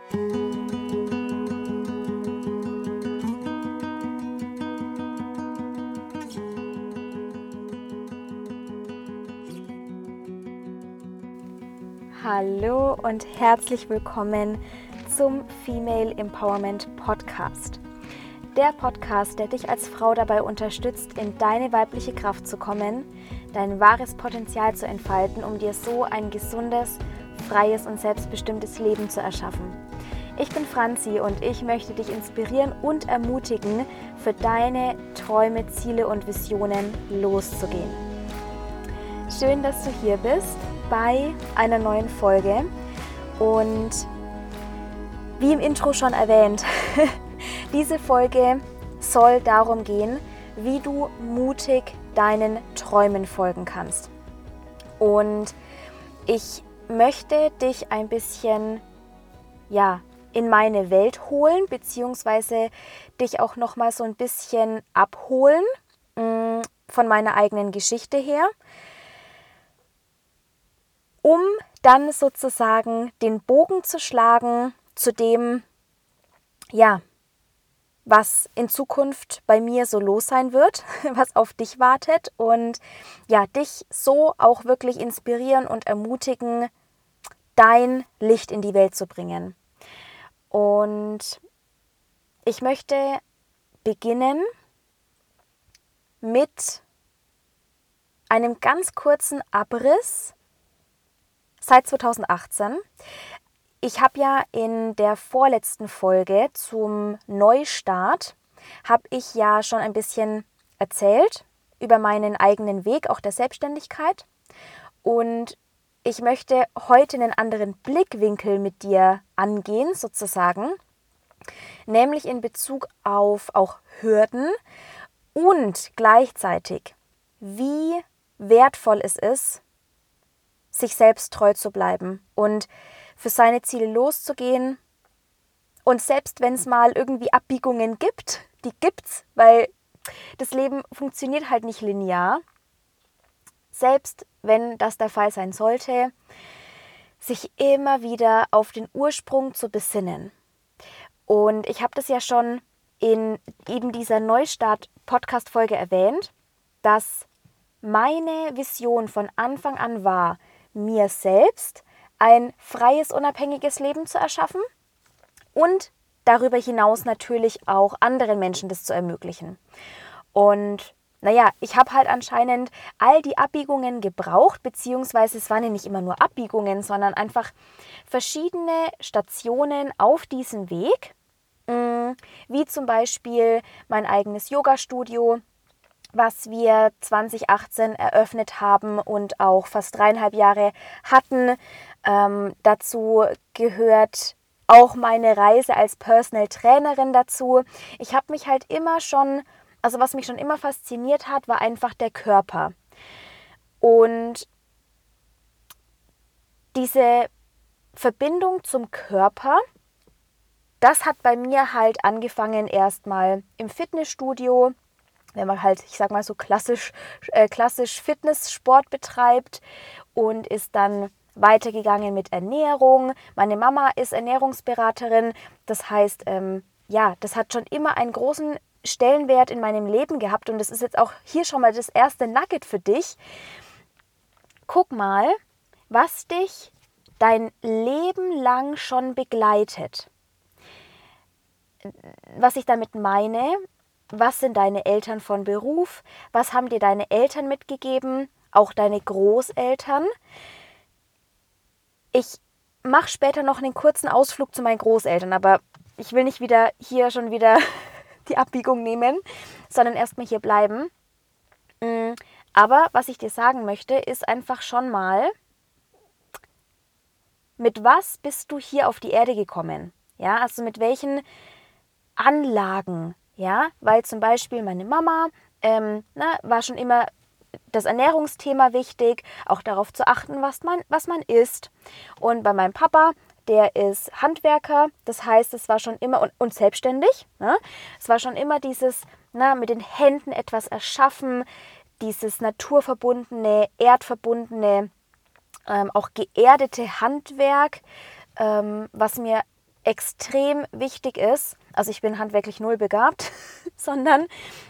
Hallo und herzlich willkommen zum Female Empowerment Podcast. Der Podcast, der dich als Frau dabei unterstützt, in deine weibliche Kraft zu kommen, dein wahres Potenzial zu entfalten, um dir so ein gesundes, freies und selbstbestimmtes Leben zu erschaffen. Ich bin Franzi und ich möchte dich inspirieren und ermutigen, für deine Träume, Ziele und Visionen loszugehen. Schön, dass du hier bist bei einer neuen Folge und wie im Intro schon erwähnt, diese Folge soll darum gehen, wie du mutig deinen Träumen folgen kannst. Und ich möchte dich ein bisschen in meine Welt holen, beziehungsweise dich auch nochmal so ein bisschen abholen von meiner eigenen Geschichte her, um dann sozusagen den Bogen zu schlagen zu dem, was in Zukunft bei mir so los sein wird, was auf dich wartet und dich so auch wirklich inspirieren und ermutigen, dein Licht in die Welt zu bringen. Und ich möchte beginnen mit einem ganz kurzen Abriss seit 2018. Ich habe ja in der vorletzten Folge zum Neustart, habe ich ja schon ein bisschen erzählt über meinen eigenen Weg, auch der Selbstständigkeit. Und ich möchte heute einen anderen Blickwinkel mit dir angehen, sozusagen, nämlich in Bezug auf auch Hürden und gleichzeitig, wie wertvoll es ist, sich selbst treu zu bleiben und für seine Ziele loszugehen. Und selbst wenn es mal irgendwie Abbiegungen gibt, die gibt's, weil das Leben funktioniert halt nicht linear. Selbst wenn das der Fall sein sollte, sich immer wieder auf den Ursprung zu besinnen. Und ich habe das ja schon in eben dieser Neustart-Podcast-Folge erwähnt, dass meine Vision von Anfang an war, mir selbst ein freies, unabhängiges Leben zu erschaffen und darüber hinaus natürlich auch anderen Menschen das zu ermöglichen. Und ich habe halt anscheinend all die Abbiegungen gebraucht, beziehungsweise es waren ja nicht immer nur Abbiegungen, sondern einfach verschiedene Stationen auf diesem Weg, wie zum Beispiel mein eigenes Yoga-Studio, was wir 2018 eröffnet haben und auch fast 3,5 Jahre hatten. Dazu gehört auch meine Reise als Personal Trainerin dazu. Ich habe mich halt immer schon, also was mich schon immer fasziniert hat, war einfach der Körper. Und diese Verbindung zum Körper, das hat bei mir halt angefangen erstmal im Fitnessstudio, wenn man halt, ich sag mal so klassisch Fitnesssport betreibt, und ist dann weitergegangen mit Ernährung. Meine Mama ist Ernährungsberaterin, das heißt, das hat schon immer einen großen Stellenwert in meinem Leben gehabt und das ist jetzt auch hier schon mal das erste Nugget für dich. Guck mal, was dich dein Leben lang schon begleitet. Was ich damit meine: Was sind deine Eltern von Beruf? Was haben dir deine Eltern mitgegeben? Auch deine Großeltern? Ich mache später noch einen kurzen Ausflug zu meinen Großeltern, aber ich will nicht hier schon wieder die Abbiegung nehmen, sondern erstmal hier bleiben. Aber was ich dir sagen möchte, ist einfach schon mal, mit was bist du hier auf die Erde gekommen? Ja, also mit welchen Anlagen? Ja, weil zum Beispiel meine Mama war schon immer das Ernährungsthema wichtig, auch darauf zu achten, was man isst. Und bei meinem Papa, der ist Handwerker, das heißt, es war schon immer und selbstständig. Ne? Es war schon immer dieses mit den Händen etwas erschaffen, dieses naturverbundene, erdverbundene, auch geerdete Handwerk, was mir extrem wichtig ist, also ich bin handwerklich null begabt, sondern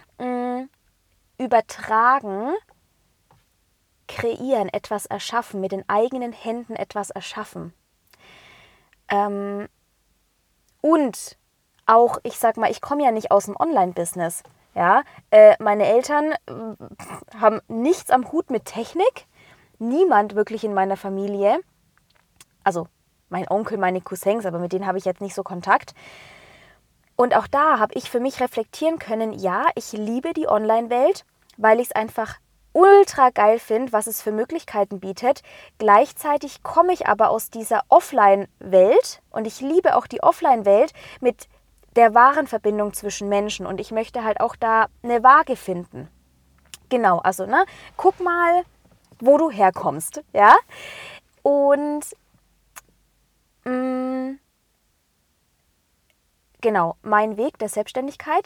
übertragen, kreieren, etwas erschaffen, mit den eigenen Händen etwas erschaffen. Und auch, ich sag mal, ich komme ja nicht aus dem Online-Business. Ja? Meine Eltern haben nichts am Hut mit Technik. Niemand wirklich in meiner Familie. Also mein Onkel, meine Cousins, aber mit denen habe ich jetzt nicht so Kontakt. Und auch da habe ich für mich reflektieren können, ja, ich liebe die Online-Welt, weil ich es einfach ultra geil finde, was es für Möglichkeiten bietet. Gleichzeitig komme ich aber aus dieser Offline-Welt und ich liebe auch die Offline-Welt mit der wahren Verbindung zwischen Menschen und ich möchte halt auch da eine Waage finden. Genau, also guck mal, wo du herkommst, ja. Und genau, mein Weg der Selbstständigkeit,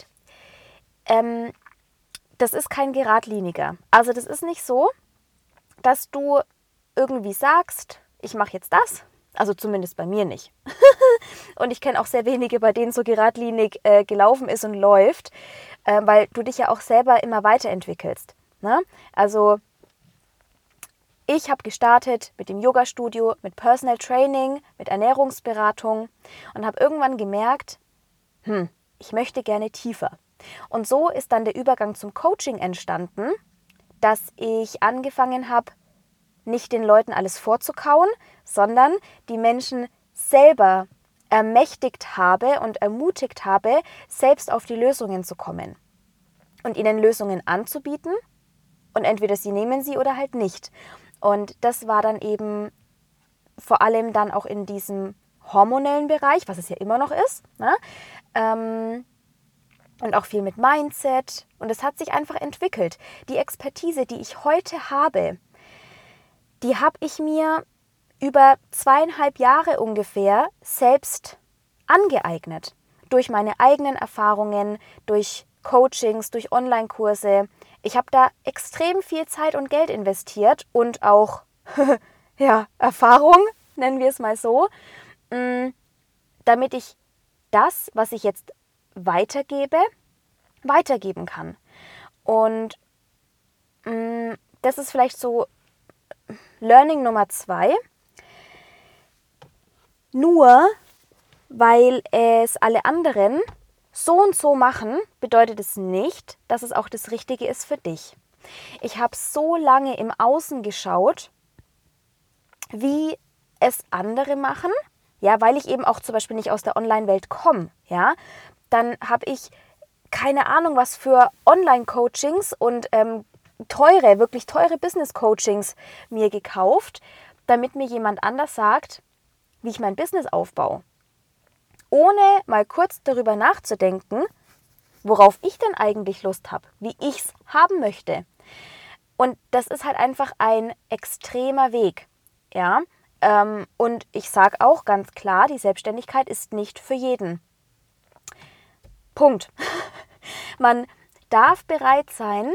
das ist kein geradliniger. Also das ist nicht so, dass du irgendwie sagst, ich mache jetzt das. Also zumindest bei mir nicht. Und ich kenne auch sehr wenige, bei denen so geradlinig gelaufen ist und läuft, weil du dich ja auch selber immer weiterentwickelst. Ne? Also ich habe gestartet mit dem Yoga-Studio, mit Personal Training, mit Ernährungsberatung und habe irgendwann gemerkt, ich möchte gerne tiefer. Und so ist dann der Übergang zum Coaching entstanden, dass ich angefangen habe, nicht den Leuten alles vorzukauen, sondern die Menschen selber ermächtigt habe und ermutigt habe, selbst auf die Lösungen zu kommen und ihnen Lösungen anzubieten und entweder sie nehmen sie oder halt nicht. Und das war dann eben vor allem dann auch in diesem hormonellen Bereich, was es ja immer noch ist, ne? Und auch viel mit Mindset. Und es hat sich einfach entwickelt. Die Expertise, die ich heute habe, die habe ich mir über 2,5 Jahre ungefähr selbst angeeignet. Durch meine eigenen Erfahrungen, durch Coachings, durch Online-Kurse. Ich habe da extrem viel Zeit und Geld investiert und auch Erfahrung, nennen wir es mal so, damit ich das, was ich jetzt weitergebe, weitergeben kann. Und das ist vielleicht so Learning Nummer 2. Nur weil es alle anderen so und so machen, bedeutet es nicht, dass es auch das Richtige ist für dich. Ich habe so lange im Außen geschaut, wie es andere machen, ja, weil ich eben auch zum Beispiel nicht aus der Online-Welt komme, ja, dann habe ich keine Ahnung, was für Online-Coachings und wirklich teure Business-Coachings mir gekauft, damit mir jemand anders sagt, wie ich mein Business aufbaue. Ohne mal kurz darüber nachzudenken, worauf ich denn eigentlich Lust habe, wie ich es haben möchte. Und das ist halt einfach ein extremer Weg. Ja? Und ich sage auch ganz klar, die Selbstständigkeit ist nicht für jeden. Punkt. Man darf bereit sein,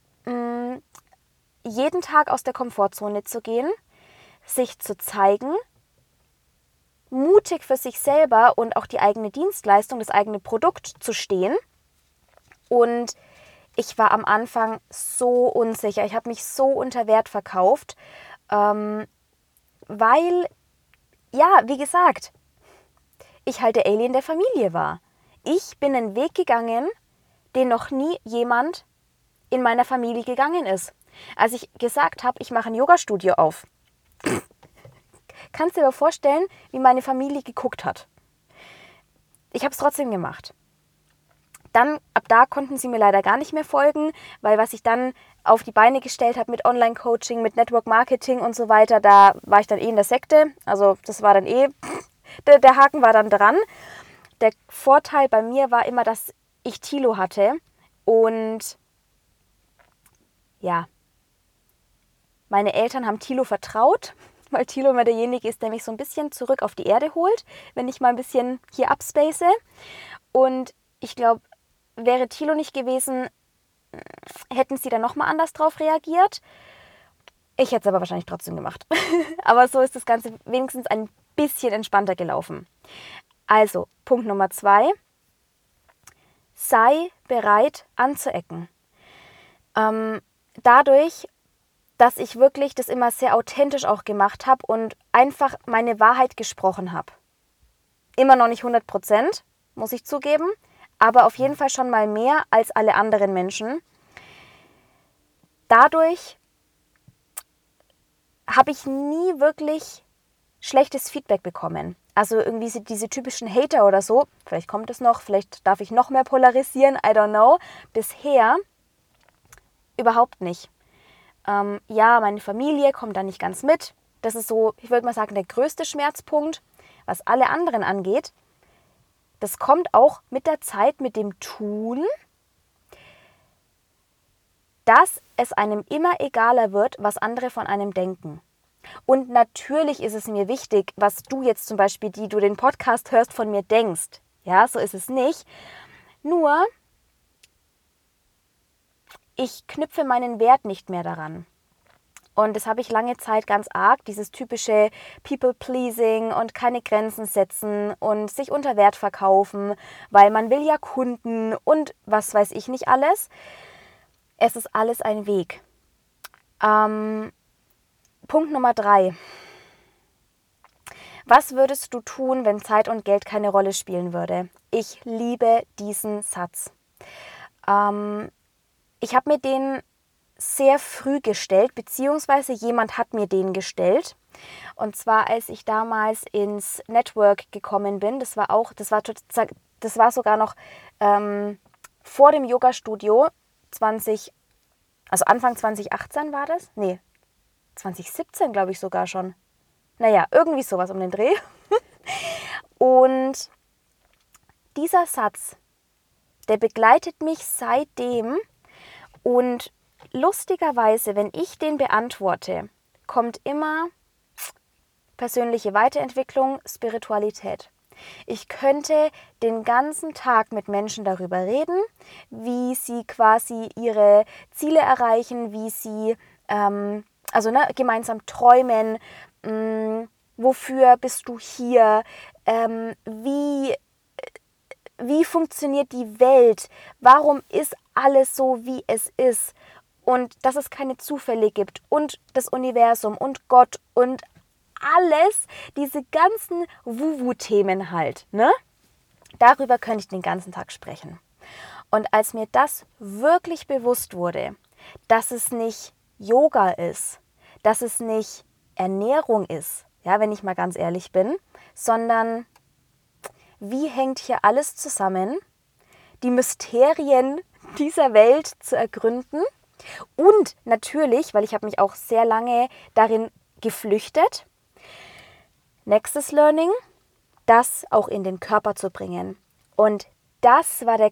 jeden Tag aus der Komfortzone zu gehen, sich zu zeigen, mutig für sich selber und auch die eigene Dienstleistung, das eigene Produkt zu stehen. Und ich war am Anfang so unsicher. Ich habe mich so unter Wert verkauft, weil, ja, wie gesagt, ich halt der Alien der Familie war. Ich bin einen Weg gegangen, den noch nie jemand in meiner Familie gegangen ist. Als ich gesagt habe, ich mache ein Yoga-Studio auf, kannst du dir aber vorstellen, wie meine Familie geguckt hat. Ich habe es trotzdem gemacht. Dann, ab da konnten sie mir leider gar nicht mehr folgen, weil was ich dann auf die Beine gestellt habe mit Online-Coaching, mit Network-Marketing und so weiter, da war ich dann in der Sekte. Also das war dann der Haken war dann dran. Der Vorteil bei mir war immer, dass ich Thilo hatte und ja, meine Eltern haben Thilo vertraut, weil Thilo immer derjenige ist, der mich so ein bisschen zurück auf die Erde holt, wenn ich mal ein bisschen hier abspace. Und ich glaube, wäre Thilo nicht gewesen, hätten sie dann nochmal anders drauf reagiert. Ich hätte es aber wahrscheinlich trotzdem gemacht. Aber so ist das Ganze wenigstens ein bisschen entspannter gelaufen. Also, Punkt Nummer 2, sei bereit anzuecken. Dadurch, dass ich wirklich das immer sehr authentisch auch gemacht habe und einfach meine Wahrheit gesprochen habe. Immer noch nicht 100%, muss ich zugeben, aber auf jeden Fall schon mal mehr als alle anderen Menschen. Dadurch habe ich nie wirklich schlechtes Feedback bekommen. Also irgendwie diese typischen Hater oder so, vielleicht kommt es noch, vielleicht darf ich noch mehr polarisieren, I don't know. Bisher überhaupt nicht. Ja, meine Familie kommt da nicht ganz mit. Das ist so, ich würde mal sagen, der größte Schmerzpunkt, was alle anderen angeht. Das kommt auch mit der Zeit, mit dem Tun, dass es einem immer egaler wird, was andere von einem denken. Und natürlich ist es mir wichtig, was du jetzt zum Beispiel, die du den Podcast hörst, von mir denkst. Ja, so ist es nicht. Nur, ich knüpfe meinen Wert nicht mehr daran. Und das habe ich lange Zeit ganz arg, dieses typische People-Pleasing und keine Grenzen setzen und sich unter Wert verkaufen, weil man will ja Kunden und was weiß ich nicht alles. Es ist alles ein Weg. Punkt Nummer 3. Was würdest du tun, wenn Zeit und Geld keine Rolle spielen würde? Ich liebe diesen Satz. Ich habe mir den sehr früh gestellt, beziehungsweise jemand hat mir den gestellt. Und zwar, als ich damals ins Network gekommen bin. Das war sogar noch vor dem Yoga-Studio also Anfang 2018 war das? Nee, 2017 glaube ich sogar schon. Naja, irgendwie sowas um den Dreh. Und dieser Satz, der begleitet mich seitdem und lustigerweise, wenn ich den beantworte, kommt immer persönliche Weiterentwicklung, Spiritualität. Ich könnte den ganzen Tag mit Menschen darüber reden, wie sie quasi ihre Ziele erreichen, wie sie gemeinsam träumen, wofür bist du hier, wie funktioniert die Welt, warum ist alles so, wie es ist und dass es keine Zufälle gibt und das Universum und Gott und alles, diese ganzen Wuhu-Themen halt, ne? Darüber könnte ich den ganzen Tag sprechen. Und als mir das wirklich bewusst wurde, dass es nicht Yoga ist, dass es nicht Ernährung ist, ja, wenn ich mal ganz ehrlich bin, sondern wie hängt hier alles zusammen, die Mysterien dieser Welt zu ergründen und natürlich, weil ich habe mich auch sehr lange darin geflüchtet, nächstes Learning, das auch in den Körper zu bringen. Und das war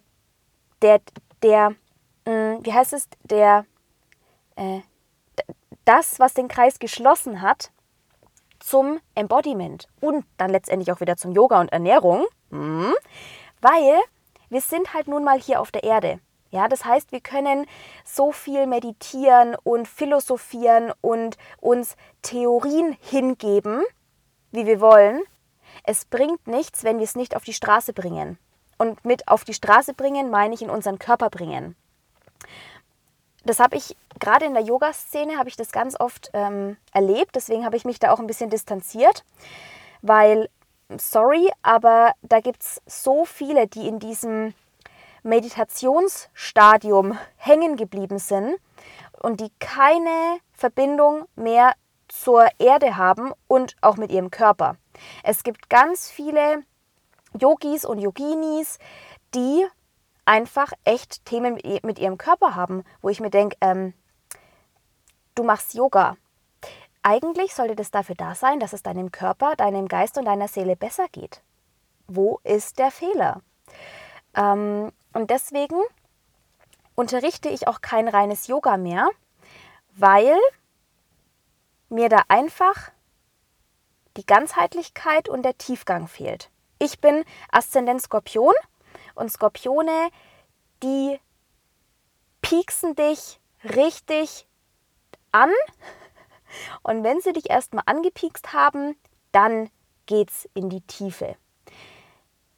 das, was den Kreis geschlossen hat zum Embodiment und dann letztendlich auch wieder zum Yoga und Ernährung, weil wir sind halt nun mal hier auf der Erde. Ja, das heißt, wir können so viel meditieren und philosophieren und uns Theorien hingeben, wie wir wollen. Es bringt nichts, wenn wir es nicht auf die Straße bringen. Und mit auf die Straße bringen meine ich in unseren Körper bringen. Das habe ich, gerade in der Yoga-Szene, habe ich das ganz oft erlebt. Deswegen habe ich mich da auch ein bisschen distanziert. Weil, sorry, aber da gibt es so viele, die in diesem Meditationsstadium hängen geblieben sind und die keine Verbindung mehr zur Erde haben und auch mit ihrem Körper. Es gibt ganz viele Yogis und Yoginis, die einfach echt Themen mit ihrem Körper haben, wo ich mir denke, du machst Yoga. Eigentlich sollte das dafür da sein, dass es deinem Körper, deinem Geist und deiner Seele besser geht. Wo ist der Fehler? Und deswegen unterrichte ich auch kein reines Yoga mehr, weil mir da einfach die Ganzheitlichkeit und der Tiefgang fehlt. Ich bin Aszendent Skorpion und Skorpione, die pieksen dich richtig an und wenn sie dich erstmal angepiekst haben, dann geht's in die Tiefe.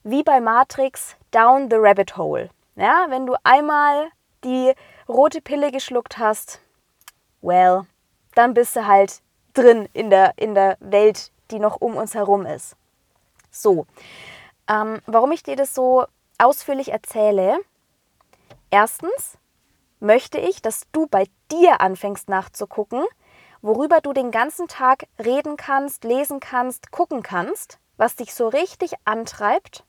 wie bei Matrix, down the rabbit hole. Ja, wenn du einmal die rote Pille geschluckt hast, well, dann bist du halt drin in der Welt, die noch um uns herum ist. So, warum ich dir das so ausführlich erzähle. Erstens möchte ich, dass du bei dir anfängst nachzugucken, worüber du den ganzen Tag reden kannst, lesen kannst, gucken kannst, was dich so richtig antreibt.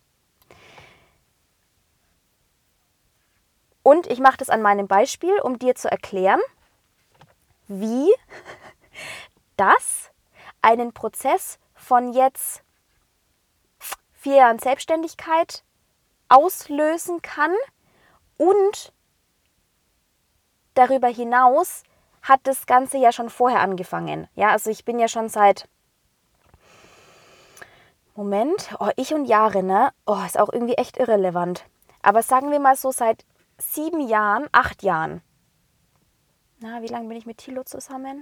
Und ich mache das an meinem Beispiel, um dir zu erklären, wie das einen Prozess von jetzt 4 Jahren Selbstständigkeit auslösen kann. Und darüber hinaus hat das Ganze ja schon vorher angefangen. Ja, also ich bin ja schon seit, ich und Jahre, ne? Ist auch irgendwie echt irrelevant. Aber sagen wir mal so seit 7 Jahren, 8 Jahren. Na, wie lange bin ich mit Thilo zusammen?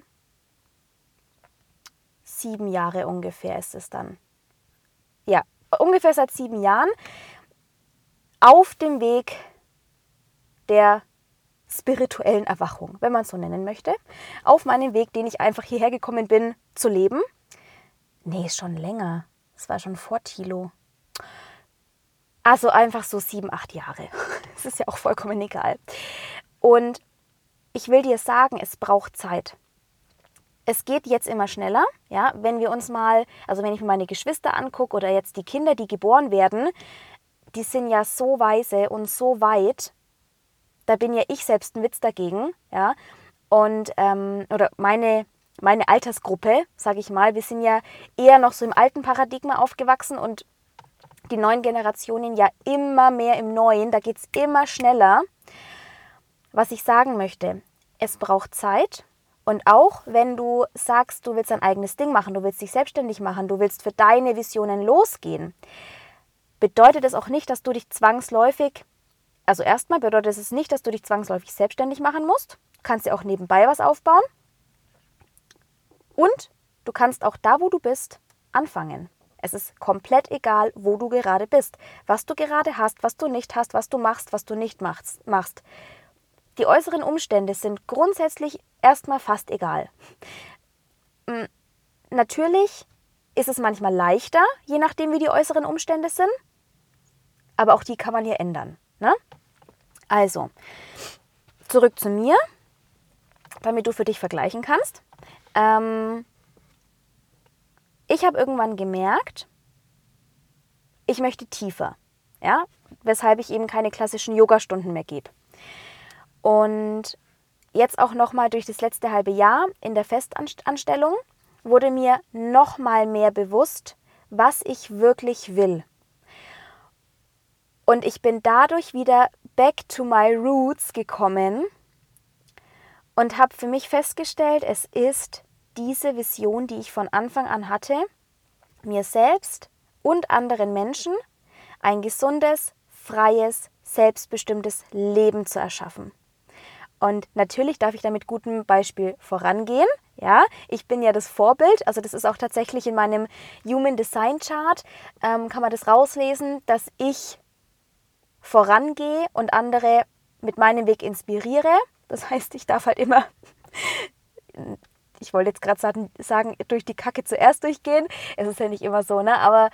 7 Jahre ungefähr ist es dann. Ja, ungefähr seit 7 Jahren auf dem Weg der spirituellen Erwachung, wenn man es so nennen möchte. Auf meinem Weg, den ich einfach hierher gekommen bin, zu leben. Nee, ist schon länger. Das war schon vor Thilo. Also einfach so 7, 8 Jahre. Das ist ja auch vollkommen egal. Und ich will dir sagen, es braucht Zeit. Es geht jetzt immer schneller, ja, wenn wir uns mal, also wenn ich mir meine Geschwister angucke oder jetzt die Kinder, die geboren werden, die sind ja so weise und so weit, da bin ja ich selbst ein Witz dagegen, ja, und, oder meine Altersgruppe, sage ich mal, wir sind ja eher noch so im alten Paradigma aufgewachsen und die neuen Generationen ja immer mehr im Neuen, da geht es immer schneller. Was ich sagen möchte, es braucht Zeit. Und auch wenn du sagst, du willst dein eigenes Ding machen, du willst dich selbstständig machen, du willst für deine Visionen losgehen, bedeutet es auch nicht, dass du dich zwangsläufig, also erstmal bedeutet es nicht, dass du dich zwangsläufig selbstständig machen musst. Du kannst dir auch nebenbei was aufbauen. Und du kannst auch da, wo du bist, anfangen. Es ist komplett egal, wo du gerade bist, was du gerade hast, was du nicht hast, was du machst, was du nicht machst. Die äußeren Umstände sind grundsätzlich erstmal fast egal. Natürlich ist es manchmal leichter, je nachdem wie die äußeren Umstände sind, aber auch die kann man hier ändern. Ne? Also, zurück zu mir, damit du für dich vergleichen kannst. Ich habe irgendwann gemerkt, ich möchte tiefer, ja? Weshalb ich eben keine klassischen Yogastunden mehr gebe. Und jetzt auch nochmal durch das letzte halbe Jahr in der Festanstellung wurde mir nochmal mehr bewusst, was ich wirklich will. Und ich bin dadurch wieder back to my roots gekommen und habe für mich festgestellt, es ist diese Vision, die ich von Anfang an hatte, mir selbst und anderen Menschen ein gesundes, freies, selbstbestimmtes Leben zu erschaffen. Und natürlich darf ich da mit gutem Beispiel vorangehen. Ja, ich bin ja das Vorbild, also das ist auch tatsächlich in meinem Human Design Chart, kann man das rauslesen, dass ich vorangehe und andere mit meinem Weg inspiriere. Das heißt, ich darf halt immer, ich wollte jetzt gerade sagen, durch die Kacke zuerst durchgehen. Es ist ja nicht immer so, ne? Aber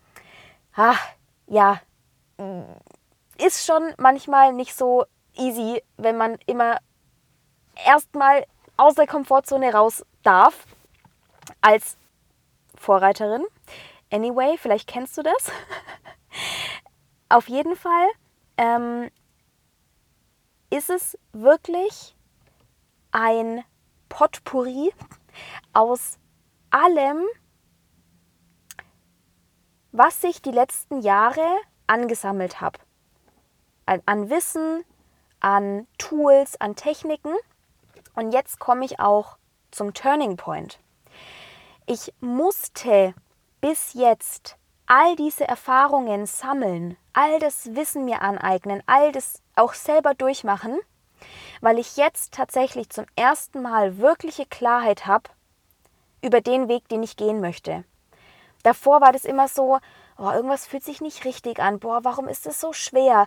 ja, ist schon manchmal nicht so easy, wenn man immer erstmal aus der Komfortzone raus darf als Vorreiterin. Anyway, vielleicht kennst du das. Auf jeden Fall ist es wirklich ein Potpourri aus allem, was ich die letzten Jahre angesammelt habe. An Wissen, an Tools, an Techniken. Und jetzt komme ich auch zum Turning Point. Ich musste bis jetzt all diese Erfahrungen sammeln, all das Wissen mir aneignen, all das auch selber durchmachen, weil ich jetzt tatsächlich zum ersten Mal wirkliche Klarheit habe über den Weg, den ich gehen möchte. Davor war das immer so, oh, irgendwas fühlt sich nicht richtig an, boah, warum ist das so schwer?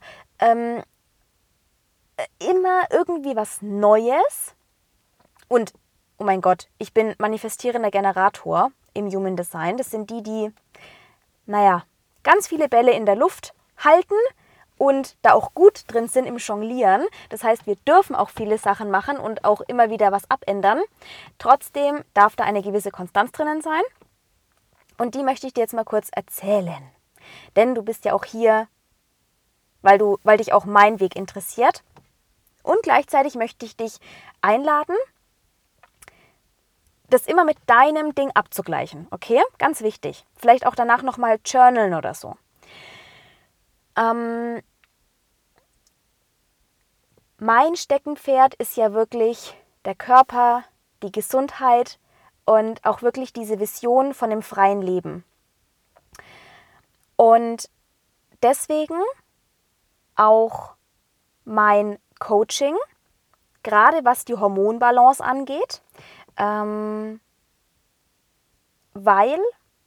Immer irgendwie was Neues. Und, oh mein Gott, ich bin manifestierender Generator im Human Design. Das sind die, ganz viele Bälle in der Luft halten und da auch gut drin sind im Jonglieren. Das heißt, wir dürfen auch viele Sachen machen und auch immer wieder was abändern. Trotzdem darf da eine gewisse Konstanz drinnen sein. Und die möchte ich dir jetzt mal kurz erzählen. Denn du bist ja auch hier, weil dich auch mein Weg interessiert. Und gleichzeitig möchte ich dich einladen, das immer mit deinem Ding abzugleichen. Okay? Ganz wichtig. Vielleicht auch danach nochmal journalen oder so. Mein Steckenpferd ist ja wirklich der Körper, die Gesundheit und auch wirklich diese Vision von dem freien Leben. Und deswegen auch mein Coaching, gerade was die Hormonbalance angeht, weil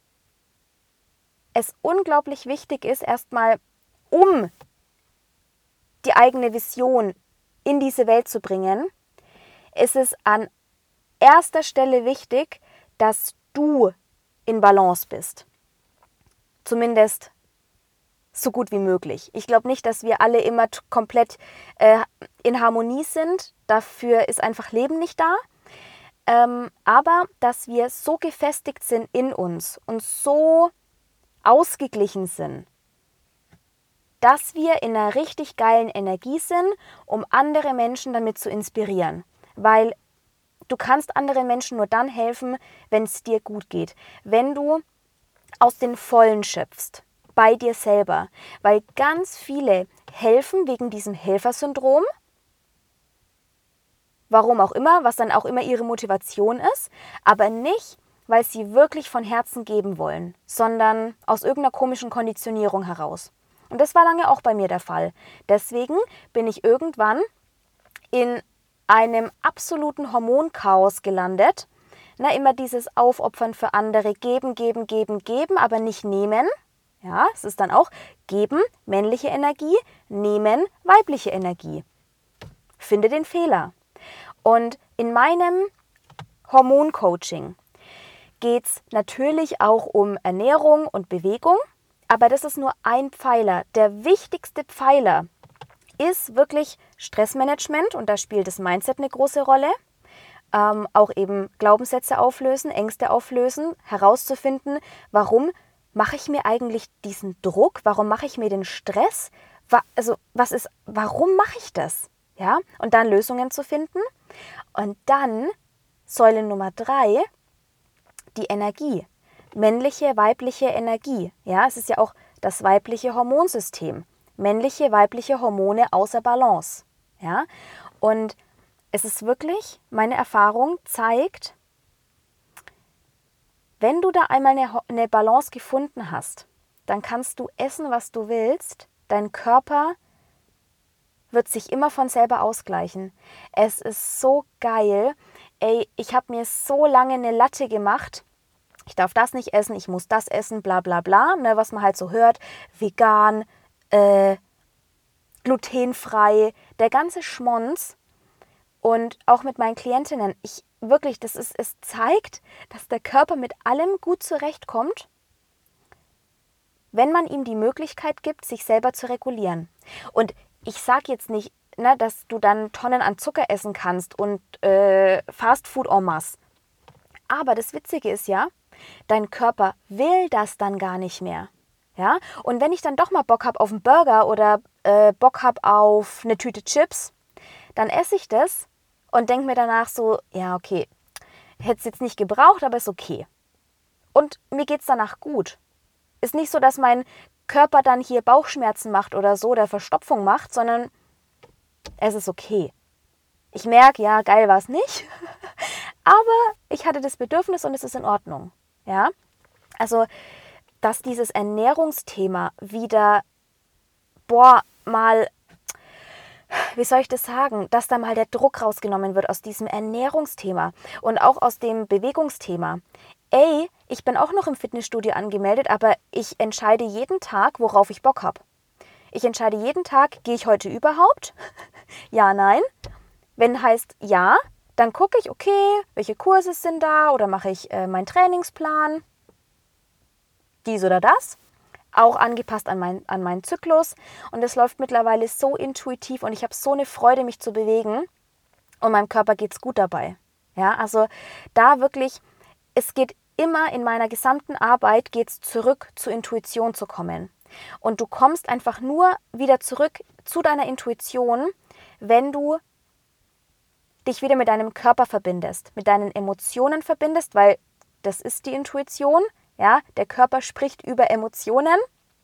es unglaublich wichtig ist, erstmal um die eigene Vision in diese Welt zu bringen, ist es an erster Stelle wichtig, dass du in Balance bist. Zumindest so gut wie möglich. Ich glaube nicht, dass wir alle immer komplett in Harmonie sind. Dafür ist einfach Leben nicht da. Aber dass wir so gefestigt sind in uns und so ausgeglichen sind, dass wir in einer richtig geilen Energie sind, um andere Menschen damit zu inspirieren. Weil du kannst anderen Menschen nur dann helfen, wenn es dir gut geht. Wenn du aus den Vollen schöpfst, bei dir selber. Weil ganz viele helfen wegen diesem Helfersyndrom. Warum auch immer, was dann auch immer ihre Motivation ist, aber nicht, weil sie wirklich von Herzen geben wollen, sondern aus irgendeiner komischen Konditionierung heraus. Und das war lange auch bei mir der Fall. Deswegen bin ich irgendwann in einem absoluten Hormonchaos gelandet. Immer dieses Aufopfern für andere, geben, geben, geben, geben, aber nicht nehmen. Ja, es ist dann auch geben, männliche Energie, nehmen, weibliche Energie. Finde den Fehler. Und in meinem Hormoncoaching geht es natürlich auch um Ernährung und Bewegung, aber das ist nur ein Pfeiler. Der wichtigste Pfeiler ist wirklich Stressmanagement und da spielt das Mindset eine große Rolle. Auch eben Glaubenssätze auflösen, Ängste auflösen, herauszufinden, warum mache ich mir eigentlich diesen Druck, warum mache ich mir den Stress, warum mache ich das? Ja? Und dann Lösungen zu finden. Und dann Säule Nummer 3, die Energie. Männliche, weibliche Energie. Ja, es ist ja auch das weibliche Hormonsystem. Männliche, weibliche Hormone außer Balance. Ja? Und es ist wirklich, meine Erfahrung zeigt, wenn du da einmal eine Balance gefunden hast, dann kannst du essen, was du willst. Dein Körper wird sich immer von selber ausgleichen. Es ist so geil. Ey, ich habe mir so lange eine Latte gemacht. Ich darf das nicht essen, ich muss das essen, bla bla bla, ne, was man halt so hört. Vegan, glutenfrei, der ganze Schmonz. Und auch mit meinen Klientinnen, es zeigt, dass der Körper mit allem gut zurechtkommt, wenn man ihm die Möglichkeit gibt, sich selber zu regulieren. Und ich sage jetzt nicht, ne, dass du dann Tonnen an Zucker essen kannst und Fastfood en masse. Aber das Witzige ist ja, dein Körper will das dann gar nicht mehr. Ja? Und wenn ich dann doch mal Bock habe auf einen Burger oder Bock habe auf eine Tüte Chips, dann esse ich das und denke mir danach so, ja okay, hätte es jetzt nicht gebraucht, aber ist okay. Und mir geht es danach gut. Ist nicht so, dass mein Körper dann hier Bauchschmerzen macht oder so oder Verstopfung macht, sondern es ist okay. Ich merke, ja, geil war es nicht, aber ich hatte das Bedürfnis und es ist in Ordnung. Ja? Also, dass dieses Ernährungsthema wieder, wie soll ich das sagen, dass da mal der Druck rausgenommen wird aus diesem Ernährungsthema und auch aus dem Bewegungsthema. Ey, ich bin auch noch im Fitnessstudio angemeldet, aber ich entscheide jeden Tag, worauf ich Bock habe. Ich entscheide jeden Tag, gehe ich heute überhaupt? Ja, nein. Wenn heißt ja, dann gucke ich, okay, welche Kurse sind da oder mache ich meinen Trainingsplan, dies oder das. Auch angepasst an meinen Zyklus. Und es läuft mittlerweile so intuitiv und ich habe so eine Freude, mich zu bewegen. Und meinem Körper geht es gut dabei. Ja, also da wirklich, es geht immer in meiner gesamten Arbeit, geht es zurück zur Intuition zu kommen. Und du kommst einfach nur wieder zurück zu deiner Intuition, wenn du dich wieder mit deinem Körper verbindest, mit deinen Emotionen verbindest, weil das ist die Intuition. Ja, der Körper spricht über Emotionen,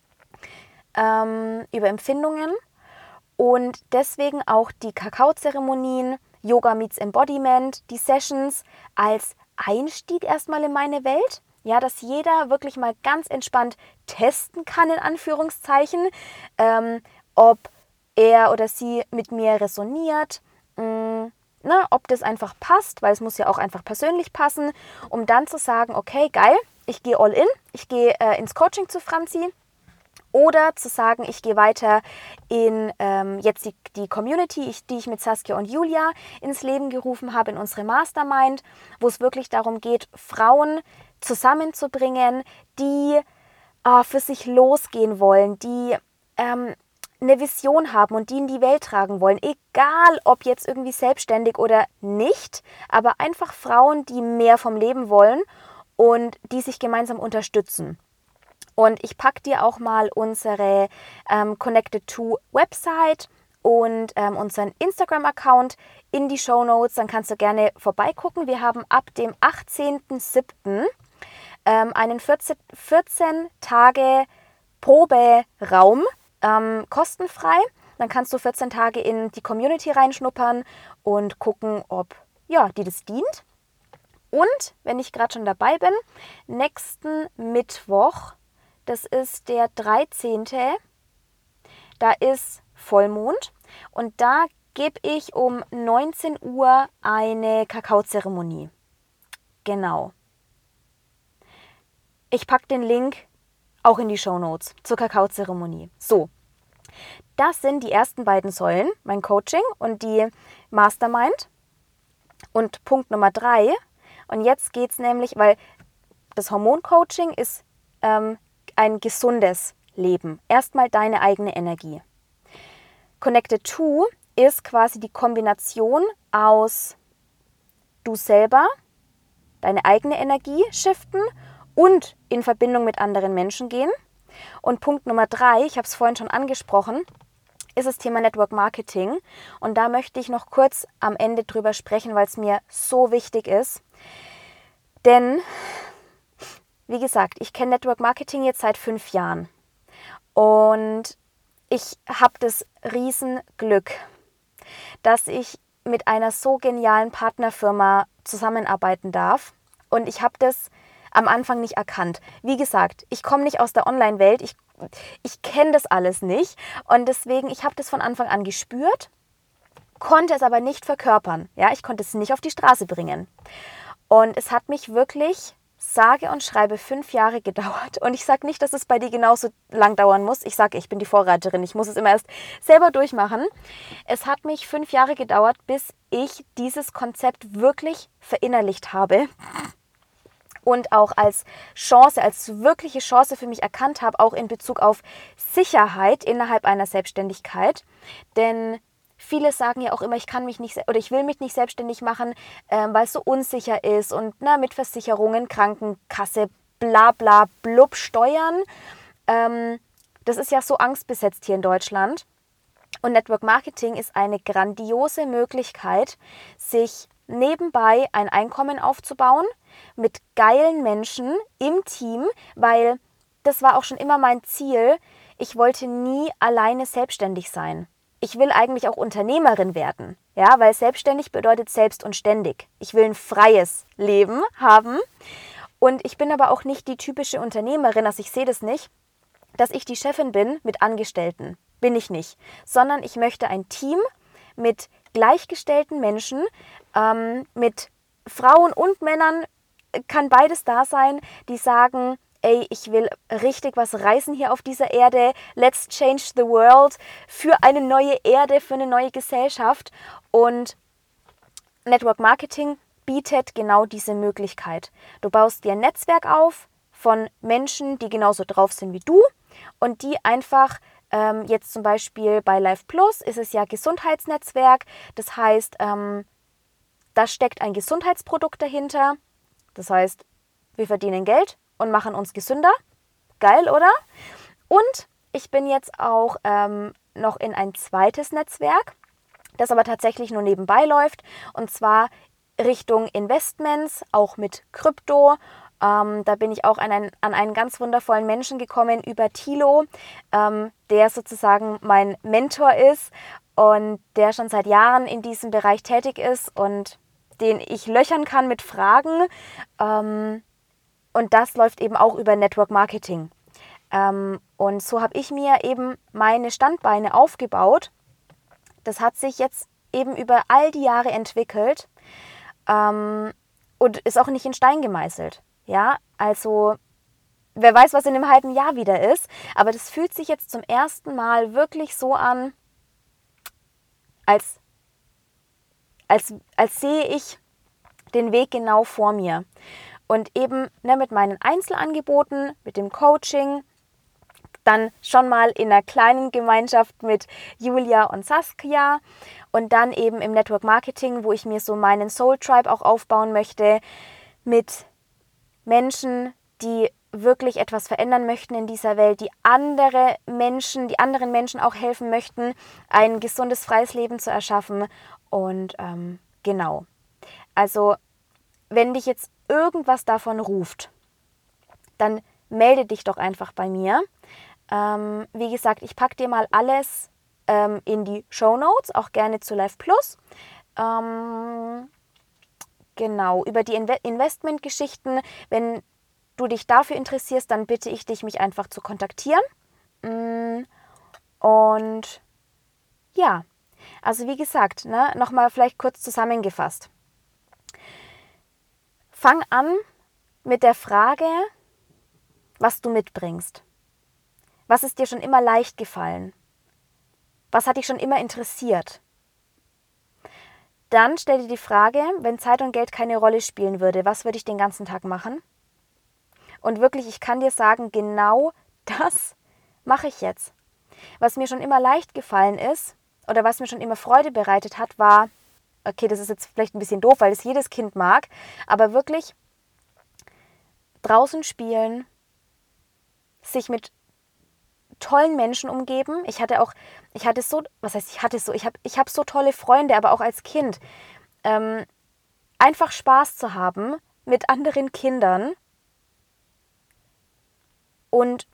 über Empfindungen und deswegen auch die Kakaozeremonien, Yoga meets Embodiment, die Sessions als Einstieg erstmal in meine Welt. Ja, dass jeder wirklich mal ganz entspannt testen kann, in Anführungszeichen, ob er oder sie mit mir resoniert, ob das einfach passt, weil es muss ja auch einfach persönlich passen, um dann zu sagen, okay, geil, ich gehe all in, ich gehe ins Coaching zu Franzi. Oder zu sagen, ich gehe weiter in jetzt die Community, die ich mit Saskia und Julia ins Leben gerufen habe, in unsere Mastermind, wo es wirklich darum geht, Frauen zusammenzubringen, die für sich losgehen wollen, die eine Vision haben und die in die Welt tragen wollen. Egal, ob jetzt irgendwie selbstständig oder nicht, aber einfach Frauen, die mehr vom Leben wollen und die sich gemeinsam unterstützen. Und ich packe dir auch mal unsere Connected to Website und unseren Instagram-Account in die Shownotes. Dann kannst du gerne vorbeigucken. Wir haben ab dem 18.07. Einen 14 Tage Proberaum kostenfrei. Dann kannst du 14 Tage in die Community reinschnuppern und gucken, ob dir das dient. Und, wenn ich gerade schon dabei bin, nächsten Mittwoch, das ist der 13., da ist Vollmond und da gebe ich um 19 Uhr eine Kakaozeremonie. Genau. Ich packe den Link auch in die Shownotes zur Kakaozeremonie. So, das sind die ersten beiden Säulen, mein Coaching und die Mastermind. Und Punkt Nummer 3, und jetzt geht es nämlich, weil das Hormoncoaching ist ein gesundes Leben. Erstmal deine eigene Energie. Connected to ist quasi die Kombination aus du selber, deine eigene Energie shiften und in Verbindung mit anderen Menschen gehen. Und Punkt Nummer 3, ich habe es vorhin schon angesprochen, ist das Thema Network Marketing. Und da möchte ich noch kurz am Ende drüber sprechen, weil es mir so wichtig ist. Denn, wie gesagt, ich kenne Network Marketing jetzt seit 5 Jahren. Und ich habe das Riesenglück, dass ich mit einer so genialen Partnerfirma zusammenarbeiten darf. Und ich habe das am Anfang nicht erkannt. Wie gesagt, ich komme nicht aus der Online-Welt, ich kenne das alles nicht. Und deswegen, ich habe das von Anfang an gespürt, konnte es aber nicht verkörpern. Ja, ich konnte es nicht auf die Straße bringen. Und es hat mich wirklich, sage und schreibe, 5 Jahre gedauert. Und ich sage nicht, dass es bei dir genauso lang dauern muss. Ich sage, ich bin die Vorreiterin. Ich muss es immer erst selber durchmachen. Es hat mich 5 Jahre gedauert, bis ich dieses Konzept wirklich verinnerlicht habe. Und auch als Chance, als wirkliche Chance für mich erkannt habe, auch in Bezug auf Sicherheit innerhalb einer Selbstständigkeit. Denn viele sagen ja auch immer, ich kann mich nicht oder ich will mich nicht selbstständig machen, weil es so unsicher ist und mit Versicherungen, Krankenkasse, bla bla blub, Steuern. Das ist ja so angstbesetzt hier in Deutschland. Und Network Marketing ist eine grandiose Möglichkeit, sich nebenbei ein Einkommen aufzubauen mit geilen Menschen im Team, weil das war auch schon immer mein Ziel. Ich wollte nie alleine selbstständig sein. Ich will eigentlich auch Unternehmerin werden, ja, weil selbstständig bedeutet selbst und ständig. Ich will ein freies Leben haben und ich bin aber auch nicht die typische Unternehmerin, also ich sehe das nicht, dass ich die Chefin bin mit Angestellten. Bin ich nicht, sondern ich möchte ein Team mit gleichgestellten Menschen, mit Frauen und Männern kann beides da sein, die sagen, ey, ich will richtig was reißen hier auf dieser Erde, let's change the world, für eine neue Erde, für eine neue Gesellschaft. Und Network Marketing bietet genau diese Möglichkeit. Du baust dir ein Netzwerk auf von Menschen, die genauso drauf sind wie du und die einfach, jetzt zum Beispiel bei Life Plus ist es ja Gesundheitsnetzwerk, das heißt, da steckt ein Gesundheitsprodukt dahinter, das heißt, wir verdienen Geld und machen uns gesünder. Geil, oder? Und ich bin jetzt auch noch in ein zweites Netzwerk, das aber tatsächlich nur nebenbei läuft, und zwar Richtung Investments, auch mit Krypto. Da bin ich auch an einen ganz wundervollen Menschen gekommen über Thilo, der sozusagen mein Mentor ist und der schon seit Jahren in diesem Bereich tätig ist und den ich löchern kann mit Fragen. Und das läuft eben auch über Network Marketing. Und so habe ich mir eben meine Standbeine aufgebaut. Das hat sich jetzt eben über all die Jahre entwickelt und ist auch nicht in Stein gemeißelt. Ja, also wer weiß, was in einem halben Jahr wieder ist. Aber das fühlt sich jetzt zum ersten Mal wirklich so an, als sehe ich den Weg genau vor mir. Und eben mit meinen Einzelangeboten, mit dem Coaching, dann schon mal in einer kleinen Gemeinschaft mit Julia und Saskia und dann eben im Network Marketing, wo ich mir so meinen Soul Tribe auch aufbauen möchte, mit Menschen, die wirklich etwas verändern möchten in dieser Welt, die anderen Menschen auch helfen möchten, ein gesundes, freies Leben zu erschaffen. Und genau. Also, wenn dich jetzt irgendwas davon ruft, dann melde dich doch einfach bei mir. Wie gesagt, ich packe dir mal alles in die Shownotes, auch gerne zu Life Plus. Genau, über die Investmentgeschichten, wenn du dich dafür interessierst, dann bitte ich dich, mich einfach zu kontaktieren. Und ja, also wie gesagt, nochmal vielleicht kurz zusammengefasst. Fang an mit der Frage, was du mitbringst. Was ist dir schon immer leicht gefallen? Was hat dich schon immer interessiert? Dann stell dir die Frage, wenn Zeit und Geld keine Rolle spielen würde, was würde ich den ganzen Tag machen? Und wirklich, ich kann dir sagen, genau das mache ich jetzt. Was mir schon immer leicht gefallen ist oder was mir schon immer Freude bereitet hat, war, okay, das ist jetzt vielleicht ein bisschen doof, weil es jedes Kind mag, aber wirklich draußen spielen, sich mit tollen Menschen umgeben. Ich habe so tolle Freunde, aber auch als Kind. Einfach Spaß zu haben mit anderen Kindern. Und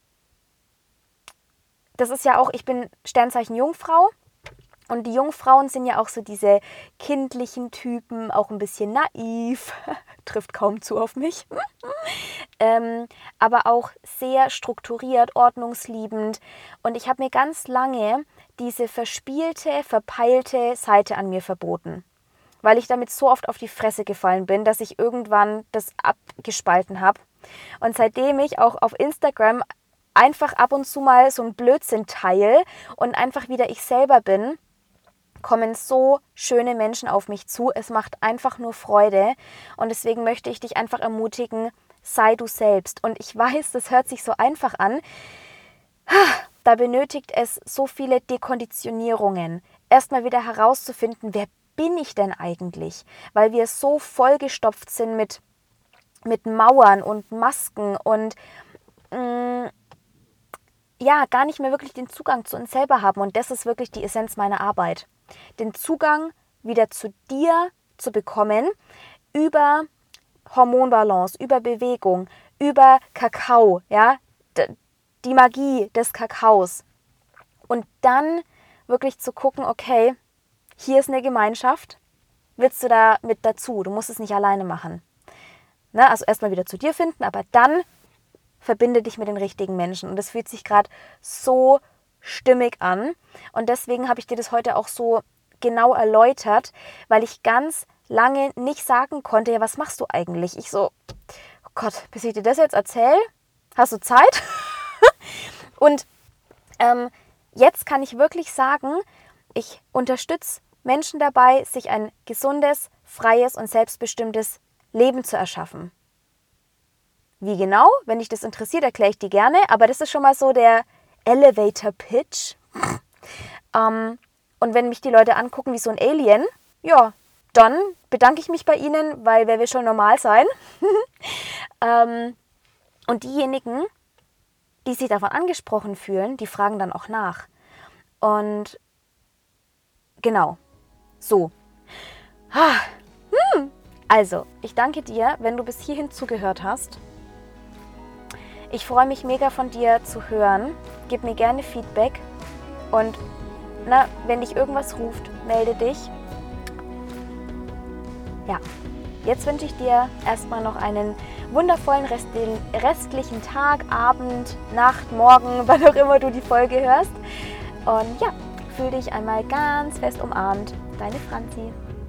das ist ja auch, ich bin Sternzeichen Jungfrau. Und die Jungfrauen sind ja auch so diese kindlichen Typen, auch ein bisschen naiv, trifft kaum zu auf mich, aber auch sehr strukturiert, ordnungsliebend. Und ich habe mir ganz lange diese verspielte, verpeilte Seite an mir verboten, weil ich damit so oft auf die Fresse gefallen bin, dass ich irgendwann das abgespalten habe. Und seitdem ich auch auf Instagram einfach ab und zu mal so einen Blödsinn teile und einfach wieder ich selber bin, kommen so schöne Menschen auf mich zu. Es macht einfach nur Freude und deswegen möchte ich dich einfach ermutigen, sei du selbst. Und ich weiß, das hört sich so einfach an. Da benötigt es so viele Dekonditionierungen. Erstmal wieder herauszufinden, wer bin ich denn eigentlich? Weil wir so vollgestopft sind mit Mauern und Masken und gar nicht mehr wirklich den Zugang zu uns selber haben. Und das ist wirklich die Essenz meiner Arbeit. Den Zugang wieder zu dir zu bekommen über Hormonbalance, über Bewegung, über Kakao, ja, die Magie des Kakaos. Und dann wirklich zu gucken, okay, hier ist eine Gemeinschaft, willst du da mit dazu? Du musst es nicht alleine machen. Also erstmal wieder zu dir finden, aber dann verbinde dich mit den richtigen Menschen. Und das fühlt sich gerade so stimmig an. Und deswegen habe ich dir das heute auch so genau erläutert, weil ich ganz lange nicht sagen konnte, ja, was machst du eigentlich? Ich so, oh Gott, bis ich dir das jetzt erzähle, hast du Zeit? Und jetzt kann ich wirklich sagen, ich unterstütze Menschen dabei, sich ein gesundes, freies und selbstbestimmtes Leben zu erschaffen. Wie genau? Wenn dich das interessiert, erkläre ich dir gerne, aber das ist schon mal so der Elevator Pitch. Und wenn mich die Leute angucken wie so ein Alien, ja, dann bedanke ich mich bei ihnen, weil wer will schon normal sein? Und diejenigen, die sich davon angesprochen fühlen, die fragen dann auch nach. Und genau, so. Also, ich danke dir, wenn du bis hierhin zugehört hast. Ich freue mich mega von dir zu hören. Gib mir gerne Feedback. Und wenn dich irgendwas ruft, melde dich. Ja, jetzt wünsche ich dir erstmal noch einen wundervollen restlichen Tag, Abend, Nacht, Morgen, wann auch immer du die Folge hörst. Und ja, fühl dich einmal ganz fest umarmt. Deine Franzi.